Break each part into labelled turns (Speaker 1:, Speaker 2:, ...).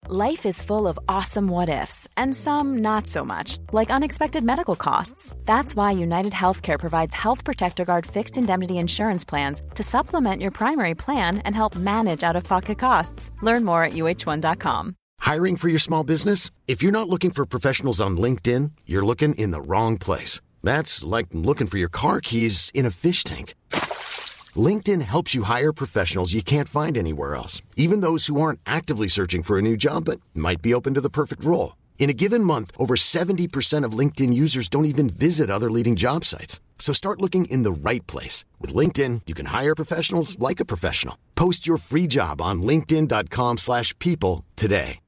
Speaker 1: Life is full of awesome what-ifs, and some not so much, like unexpected medical costs. That's why United Healthcare provides Health Protector Guard fixed indemnity insurance plans to supplement your primary plan and help manage out-of-pocket costs. Learn more at uh1.com.
Speaker 2: Hiring for your small business? If you're not looking for professionals on LinkedIn, you're looking in the wrong place. That's like looking for your car keys in a fish tank. LinkedIn helps you hire professionals you can't find anywhere else, even those who aren't actively searching for a new job but might be open to the perfect role. In a given month, over 70% of LinkedIn users don't even visit other leading job sites. So start looking in the right place. With LinkedIn, you can hire professionals like a professional. Post your free job on linkedin.com/people today.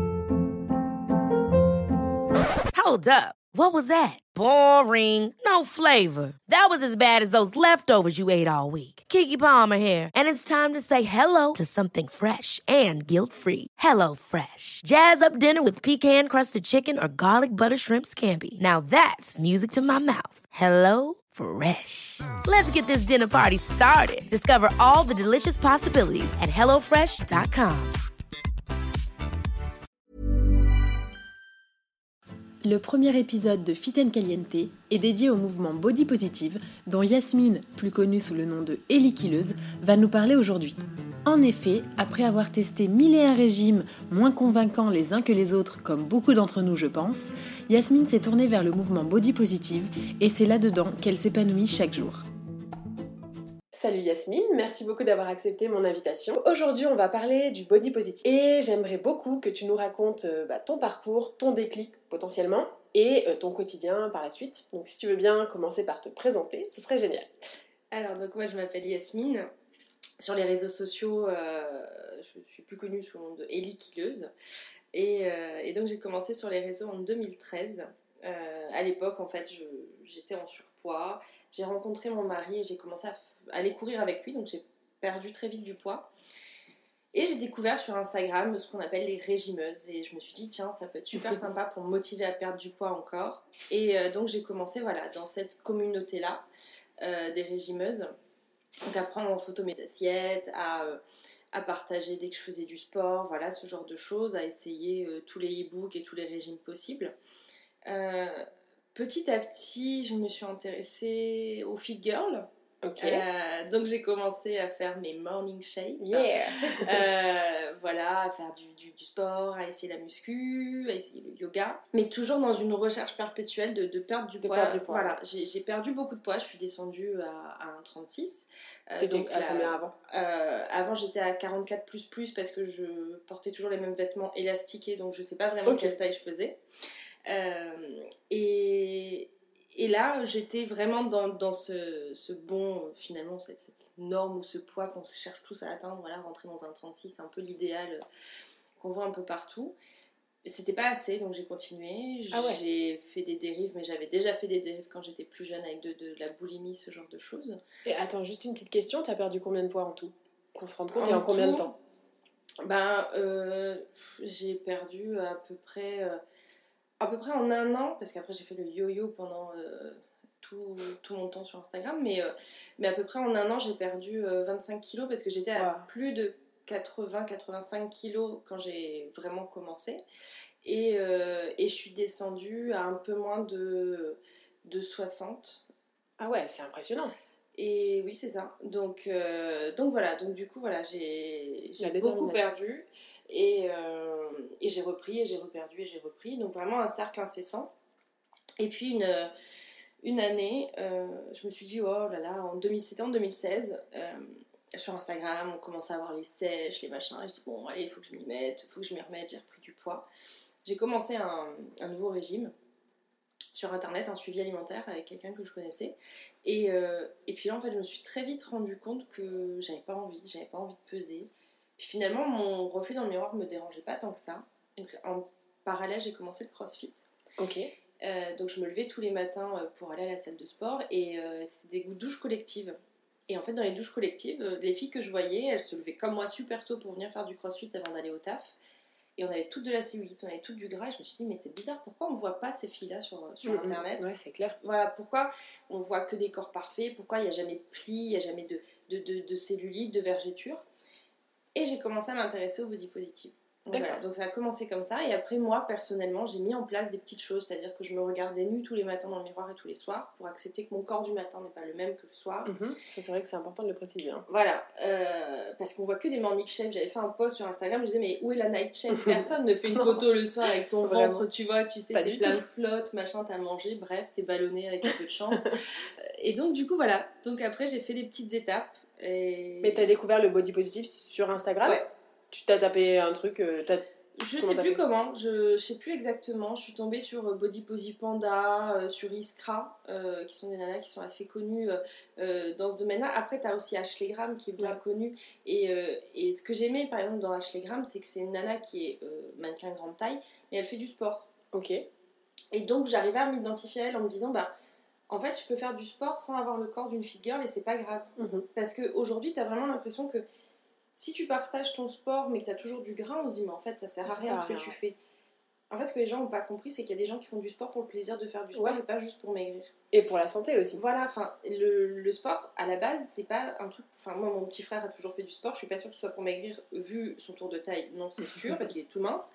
Speaker 3: Hold up. What was that? Boring. No flavor. That was as bad as those leftovers you ate all week. Keke Palmer here, and it's time to say hello to something fresh and guilt-free. Hello Fresh. Jazz up dinner with pecan-crusted chicken or garlic butter shrimp scampi. Now that's music to my mouth. Hello Fresh. Let's get this dinner party started. Discover all the delicious possibilities at hellofresh.com.
Speaker 4: Le premier épisode de Fit & Caliente est dédié au mouvement Body Positive dont Yasmine, plus connue sous le nom de Ellie Killeuse, va nous parler aujourd'hui. En effet, après avoir testé 1001 régimes moins convaincants les uns que les autres, comme beaucoup d'entre nous je pense, Yasmine s'est tournée vers le mouvement Body Positive et c'est là-dedans qu'elle s'épanouit chaque jour. Salut Yasmine, merci beaucoup d'avoir accepté mon invitation. Aujourd'hui, on va parler du body positive et j'aimerais beaucoup que tu nous racontes ton parcours, ton déclic potentiellement et ton quotidien par la suite. Donc si tu veux bien commencer par te présenter, ce serait génial.
Speaker 5: Alors donc moi je m'appelle Yasmine. Sur les réseaux sociaux, je suis plus connue sous le nom de Ellie Killeuse et donc j'ai commencé sur les réseaux en 2013. À l'époque en fait j'étais en surpoids, j'ai rencontré mon mari et j'ai commencé à aller courir avec lui, donc j'ai perdu très vite du poids et j'ai découvert sur Instagram ce qu'on appelle les régimeuses et je me suis dit tiens ça peut être super sympa pour me motiver à perdre du poids encore et donc j'ai commencé dans cette communauté là des régimeuses, donc à prendre en photo mes assiettes, à partager dès que je faisais du sport, voilà ce genre de choses, à essayer tous les e-books et tous les régimes possibles. Petit à petit je me suis intéressée aux fit girls.
Speaker 4: Okay.
Speaker 5: Donc j'ai commencé à faire mes morning shakes, à faire du sport, à essayer la muscu, à essayer le yoga, mais toujours dans une recherche perpétuelle de perdre du poids. Voilà, j'ai perdu beaucoup de poids, je suis descendue à 1,36.
Speaker 4: T'étais à combien avant ?
Speaker 5: Avant j'étais à 44 plus parce que je portais toujours les mêmes vêtements élastiqués, donc je sais pas vraiment quelle taille je faisais. Et là, j'étais vraiment dans ce bon, finalement, cette norme ou ce poids qu'on cherche tous à atteindre, voilà, rentrer dans un 36, c'est un peu l'idéal qu'on voit un peu partout. C'était pas assez, donc j'ai continué. J'ai fait des dérives, mais j'avais déjà fait des dérives quand j'étais plus jeune avec de la boulimie, ce genre de choses.
Speaker 4: Et attends, juste une petite question, t'as perdu combien de poids en tout ? Qu'on se rende compte, et en combien de temps ?
Speaker 5: J'ai perdu à peu près en un an, parce qu'après j'ai fait le yo-yo pendant tout mon temps sur Instagram, mais à peu près en un an j'ai perdu 25 kilos parce que j'étais à plus de 80-85 kilos quand j'ai vraiment commencé et je suis descendue à un peu moins de 60.
Speaker 4: Ah ouais, c'est impressionnant.
Speaker 5: Et oui, c'est ça. Donc du coup, j'ai beaucoup perdu. Et j'ai repris, et j'ai reperdu, et j'ai repris. Donc vraiment un cercle incessant. Et puis une année, je me suis dit, oh là là, c'était en 2016, sur Instagram, on commençait à voir les sèches, les machins. Et je dis, bon, allez, il faut que je m'y mette, il faut que je m'y remette, j'ai repris du poids. J'ai commencé un nouveau régime sur internet, un suivi alimentaire avec quelqu'un que je connaissais et puis là en fait je me suis très vite rendu compte que j'avais pas envie de peser, puis finalement mon reflet dans le miroir me dérangeait pas tant que ça. Donc, en parallèle j'ai commencé le crossfit. Donc je me levais tous les matins pour aller à la salle de sport et c'était des douches collectives et en fait dans les douches collectives les filles que je voyais elles se levaient comme moi super tôt pour venir faire du crossfit avant d'aller au taf. Et on avait toutes de la cellulite, on avait toutes du gras. Et je me suis dit, mais c'est bizarre, pourquoi on ne voit pas ces filles-là sur Internet ?
Speaker 4: Ouais, c'est clair.
Speaker 5: Voilà, pourquoi on voit que des corps parfaits ? Pourquoi il n'y a jamais de plis, il n'y a jamais de cellulite, de vergeture ? Et j'ai commencé à m'intéresser au body positive. Voilà, donc ça a commencé comme ça, et après moi personnellement j'ai mis en place des petites choses, c'est-à-dire que je me regardais nue tous les matins dans le miroir et tous les soirs pour accepter que mon corps du matin n'est pas le même que le soir.
Speaker 6: Ça c'est vrai que c'est important de le préciser.
Speaker 5: Voilà, parce qu'on voit que des morning shave. J'avais fait un post sur Instagram, je disais mais où est la night shave? Personne ne fait une photo le soir avec ton ventre, tu vois, tu sais, t'es plein de flotte, machin, t'as mangé, bref, t'es ballonné avec un peu de chance. Et donc du coup voilà, donc après j'ai fait des petites étapes.
Speaker 6: Mais t'as découvert le body positive sur Instagram?
Speaker 5: Ouais.
Speaker 6: Tu t'as tapé un truc,
Speaker 5: je sais plus comment, je sais plus exactement. Je suis tombée sur Body Positive Panda, sur Iskra, qui sont des nanas qui sont assez connues dans ce domaine-là. Après, t'as aussi Ashley Graham qui est bien connue. Et ce que j'aimais par exemple dans Ashley Graham, c'est que c'est une nana qui est mannequin grande taille, mais elle fait du sport.
Speaker 6: Ok.
Speaker 5: Et donc j'arrivais à m'identifier à elle en me disant, en fait, je peux faire du sport sans avoir le corps d'une fit girl et c'est pas grave. Parce qu'aujourd'hui, t'as vraiment l'impression que si tu partages ton sport mais que tu as toujours du gras, on se dit mais en fait ça sert à rien ce que tu fais. En fait, ce que les gens n'ont pas compris, c'est qu'il y a des gens qui font du sport pour le plaisir de faire du sport et pas juste pour maigrir.
Speaker 6: Et pour la santé aussi.
Speaker 5: Voilà, enfin, le sport, à la base, c'est pas un truc... Enfin, moi, mon petit frère a toujours fait du sport, je suis pas sûre que ce soit pour maigrir, vu son tour de taille, non, c'est sûr, parce qu'il est tout mince.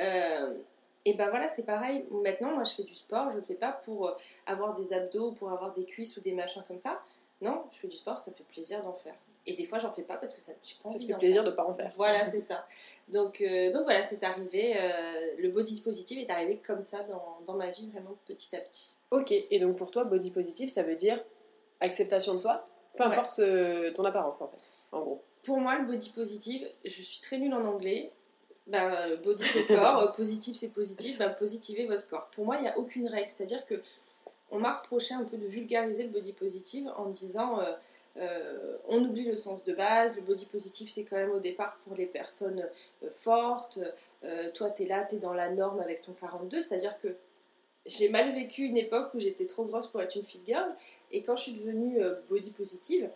Speaker 5: Et voilà, c'est pareil. Maintenant, moi, je fais du sport, je le fais pas pour avoir des abdos, pour avoir des cuisses ou des machins comme ça. Non, je fais du sport, ça me fait plaisir d'en faire. Et des fois, j'en fais pas parce que j'ai pas envie d'en faire.
Speaker 6: Ça fait plaisir de pas en faire.
Speaker 5: Voilà, c'est ça. Donc voilà, c'est arrivé. Le body positive est arrivé comme ça dans ma vie, vraiment petit à petit.
Speaker 6: Ok, et donc pour toi, body positive, ça veut dire acceptation de soi, peu importe ton apparence en fait, en gros.
Speaker 5: Pour moi, le body positive, je suis très nulle en anglais. Body c'est corps, positive c'est positif, positivez votre corps. Pour moi, il n'y a aucune règle. C'est-à-dire que on m'a reproché un peu de vulgariser le body positive en disant... on oublie le sens de base, le body positive c'est quand même au départ pour les personnes fortes, toi t'es là, t'es dans la norme avec ton 42, c'est-à-dire que j'ai mal vécu une époque où j'étais trop grosse pour être une fit girl, et quand je suis devenue body positive,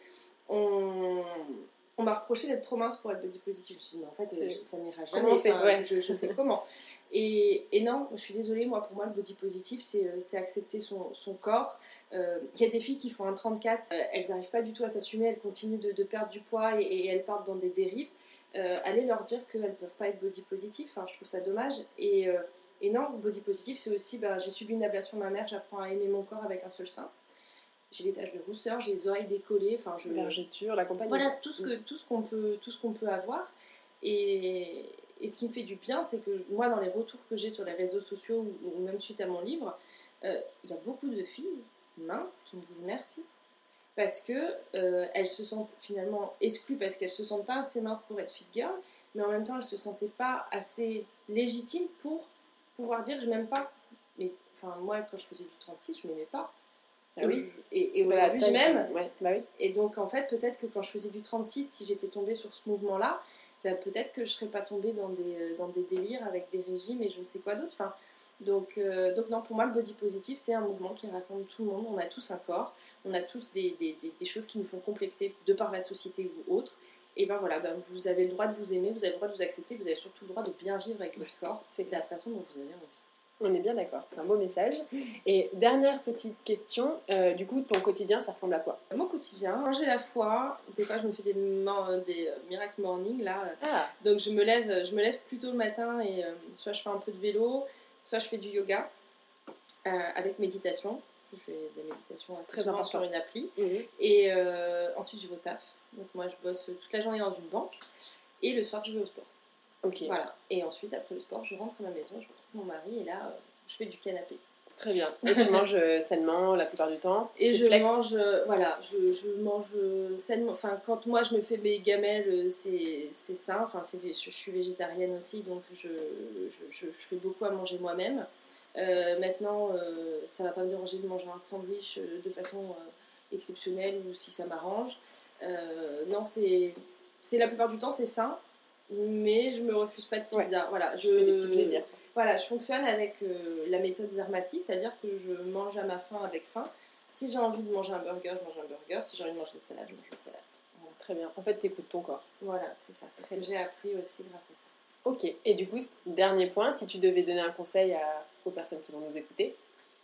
Speaker 5: on m'a reproché d'être trop mince pour être body positive. Je me suis dit, mais en fait, ça n'ira jamais.
Speaker 6: Comment on fait
Speaker 5: je fais comment et non, je suis désolée, moi, pour moi, le body positive, c'est accepter son corps. Il y a des filles qui font un 34, elles n'arrivent pas du tout à s'assumer, elles continuent de perdre du poids et elles partent dans des dérives. Allez leur dire qu'elles ne peuvent pas être body positive, je trouve ça dommage. Et non, body positive, c'est aussi, j'ai subi une ablation mammaire, j'apprends à aimer mon corps avec un seul sein. J'ai des taches de rousseur, j'ai les oreilles décollées,
Speaker 6: vergeture, la compagnie.
Speaker 5: Voilà, tout ce qu'on peut avoir. Et ce qui me fait du bien, c'est que moi, dans les retours que j'ai sur les réseaux sociaux ou même suite à mon livre, il y a beaucoup de filles minces qui me disent merci. Parce que elles se sentent finalement exclues, parce qu'elles se sentent pas assez minces pour être fit girl, mais en même temps, elles se sentaient pas assez légitimes pour pouvoir dire je m'aime pas. Mais moi, quand je faisais du 36, je m'aimais pas.
Speaker 6: Ah oui.
Speaker 5: Et aujourd'hui je m'aime.
Speaker 6: Oui.
Speaker 5: Et donc en fait peut-être que quand je faisais du 36, si j'étais tombée sur ce mouvement là, peut-être que je serais pas tombée dans des délires avec des régimes et je ne sais quoi d'autre. Donc non, pour moi le body positive c'est un mouvement qui rassemble tout le monde. On a tous un corps, on a tous des choses qui nous font complexer de par la société ou autre. Et vous avez le droit de vous aimer, vous avez le droit de vous accepter, vous avez surtout le droit de bien vivre avec votre corps. C'est de la façon dont vous avez envie.
Speaker 6: On est bien d'accord, c'est un beau message. Et dernière petite question, du coup, ton quotidien, ça ressemble à quoi?
Speaker 5: Mon quotidien, quand j'ai la foi, des fois je me fais des miracle morning là. Donc je me lève plus tôt le matin et soit je fais un peu de vélo, soit je fais du yoga avec méditation. Je fais des méditations assez souvent sur une appli. Et ensuite je vais au taf. Donc moi je bosse toute la journée dans une banque et le soir je vais au sport.
Speaker 6: Ok.
Speaker 5: Voilà. Et ensuite, après le sport, je rentre à ma maison, je retrouve mon mari et là, je fais du canapé.
Speaker 6: Très bien. Et tu manges sainement la plupart du temps?
Speaker 5: Et je mange sainement. Quand moi je me fais mes gamelles, c'est sain. Je suis végétarienne aussi, donc je fais beaucoup à manger moi-même. Maintenant, ça va pas me déranger de manger un sandwich de façon exceptionnelle ou si ça m'arrange. Non, c'est la plupart du temps, c'est sain. Mais je me refuse pas de pizza. Voilà,
Speaker 6: je fais des petits plaisirs.
Speaker 5: Voilà, je fonctionne avec la méthode Zermati, c'est-à-dire que je mange à ma faim avec faim. Si j'ai envie de manger un burger, je mange un burger. Si j'ai envie de manger une salade, je mange une salade.
Speaker 6: Voilà. Très bien. En fait, t'écoutes ton corps.
Speaker 5: Voilà, c'est ça. C'est ce que j'ai appris aussi grâce à ça.
Speaker 6: Ok. Et du coup, dernier point, si tu devais donner un conseil aux personnes qui vont nous écouter?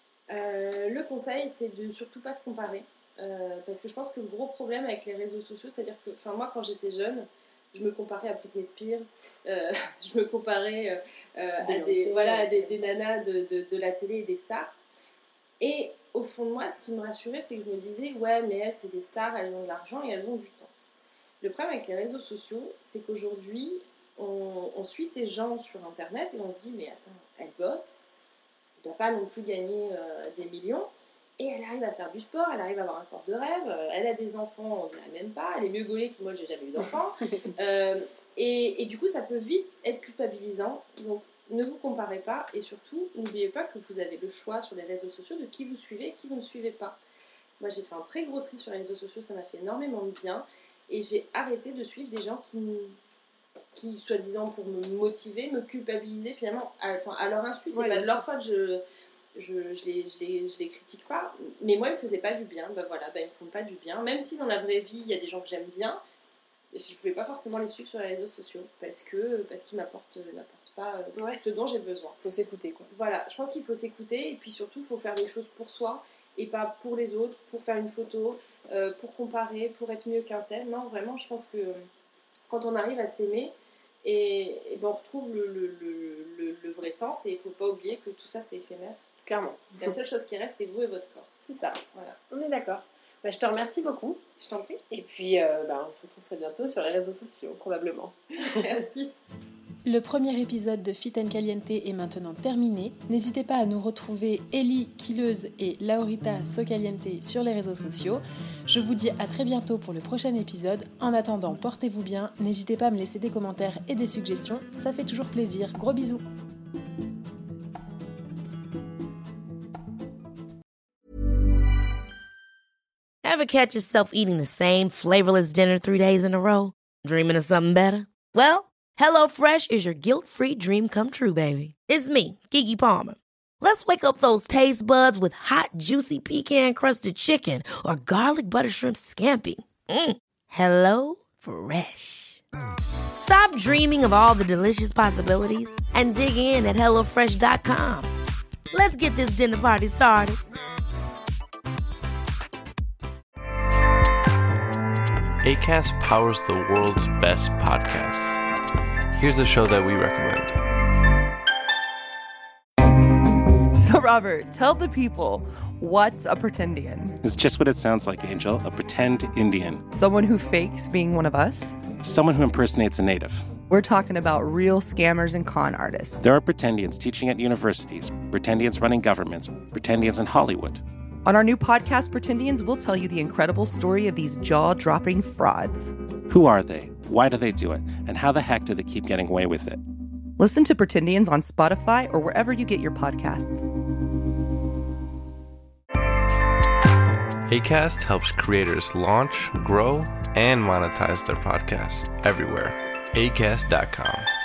Speaker 5: Le conseil, c'est de surtout pas se comparer. Parce que je pense que le gros problème avec les réseaux sociaux, c'est-à-dire que moi, quand j'étais jeune, je me comparais à Britney Spears, je me comparais à des nanas de la télé et des stars. Et au fond de moi, ce qui me rassurait, c'est que je me disais, ouais, mais elles, c'est des stars, elles ont de l'argent et elles ont du temps. Le problème avec les réseaux sociaux, c'est qu'aujourd'hui, on suit ces gens sur Internet et on se dit, mais attends, elle bosse, elle ne doit pas non plus gagner des millions, et elle arrive à faire du sport, elle arrive à avoir un corps de rêve, elle a des enfants, on dirait même pas, elle est mieux gaulée que moi, j'ai jamais eu d'enfants. Et du coup, ça peut vite être culpabilisant. Donc, ne vous comparez pas, et surtout, n'oubliez pas que vous avez le choix sur les réseaux sociaux de qui vous suivez et qui vous ne suivez pas. Moi, j'ai fait un très gros tri sur les réseaux sociaux, ça m'a fait énormément de bien, et j'ai arrêté de suivre des gens qui soi-disant pour me motiver, me culpabiliser finalement, à leur insu. C'est pas de leur faute, je les critique pas, mais moi, ils me faisaient pas du bien. Ils me font pas du bien, même si dans la vraie vie, il y a des gens que j'aime bien, je ne pouvais pas forcément les suivre sur les réseaux sociaux, parce qu'ils m'apportent pas ce dont j'ai besoin.
Speaker 6: Il faut s'écouter, quoi.
Speaker 5: Voilà, je pense qu'il faut s'écouter, et puis surtout, il faut faire les choses pour soi, et pas pour les autres, pour faire une photo, pour comparer, pour être mieux qu'un tel. Non, vraiment, je pense que quand on arrive à s'aimer, et on retrouve le vrai sens, et il ne faut pas oublier que tout ça, c'est éphémère.
Speaker 6: Clairement.
Speaker 5: La seule chose qui reste, c'est vous et votre corps.
Speaker 6: C'est ça.
Speaker 5: Voilà.
Speaker 6: On est d'accord. Je te remercie beaucoup.
Speaker 5: Je t'en prie.
Speaker 6: Et puis, on se retrouve très bientôt sur les réseaux sociaux, probablement.
Speaker 5: Merci.
Speaker 4: Le premier épisode de Fit & Caliente est maintenant terminé. N'hésitez pas à nous retrouver Ellie Killeuse et Laurita Socaliente sur les réseaux sociaux. Je vous dis à très bientôt pour le prochain épisode. En attendant, portez-vous bien. N'hésitez pas à me laisser des commentaires et des suggestions. Ça fait toujours plaisir. Gros bisous.
Speaker 3: Ever catch yourself eating the same flavorless dinner 3 days in a row? Dreaming of something better? Well, HelloFresh is your guilt-free dream come true, baby. It's me, Keke Palmer. Let's wake up those taste buds with hot, juicy pecan-crusted chicken or garlic butter shrimp scampi. Hello Fresh. Stop dreaming of all the delicious possibilities and dig in at HelloFresh.com. Let's get this dinner party started.
Speaker 7: Acast powers the world's best podcasts. Here's a show that we recommend.
Speaker 8: So, Robert, tell the people, what's a pretendian?
Speaker 9: It's just what it sounds like, Angel. A pretend Indian.
Speaker 8: Someone who fakes being one of us?
Speaker 9: Someone who impersonates a native.
Speaker 8: We're talking about real scammers and con artists.
Speaker 9: There are pretendians teaching at universities, pretendians running governments, pretendians in Hollywood.
Speaker 8: On our new podcast, Pretendians, we'll tell you the incredible story of these jaw-dropping frauds.
Speaker 9: Who are they? Why do they do it? And how the heck do they keep getting away with it?
Speaker 8: Listen to Pretendians on Spotify or wherever you get your podcasts.
Speaker 7: Acast helps creators launch, grow, and monetize their podcasts everywhere. Acast.com.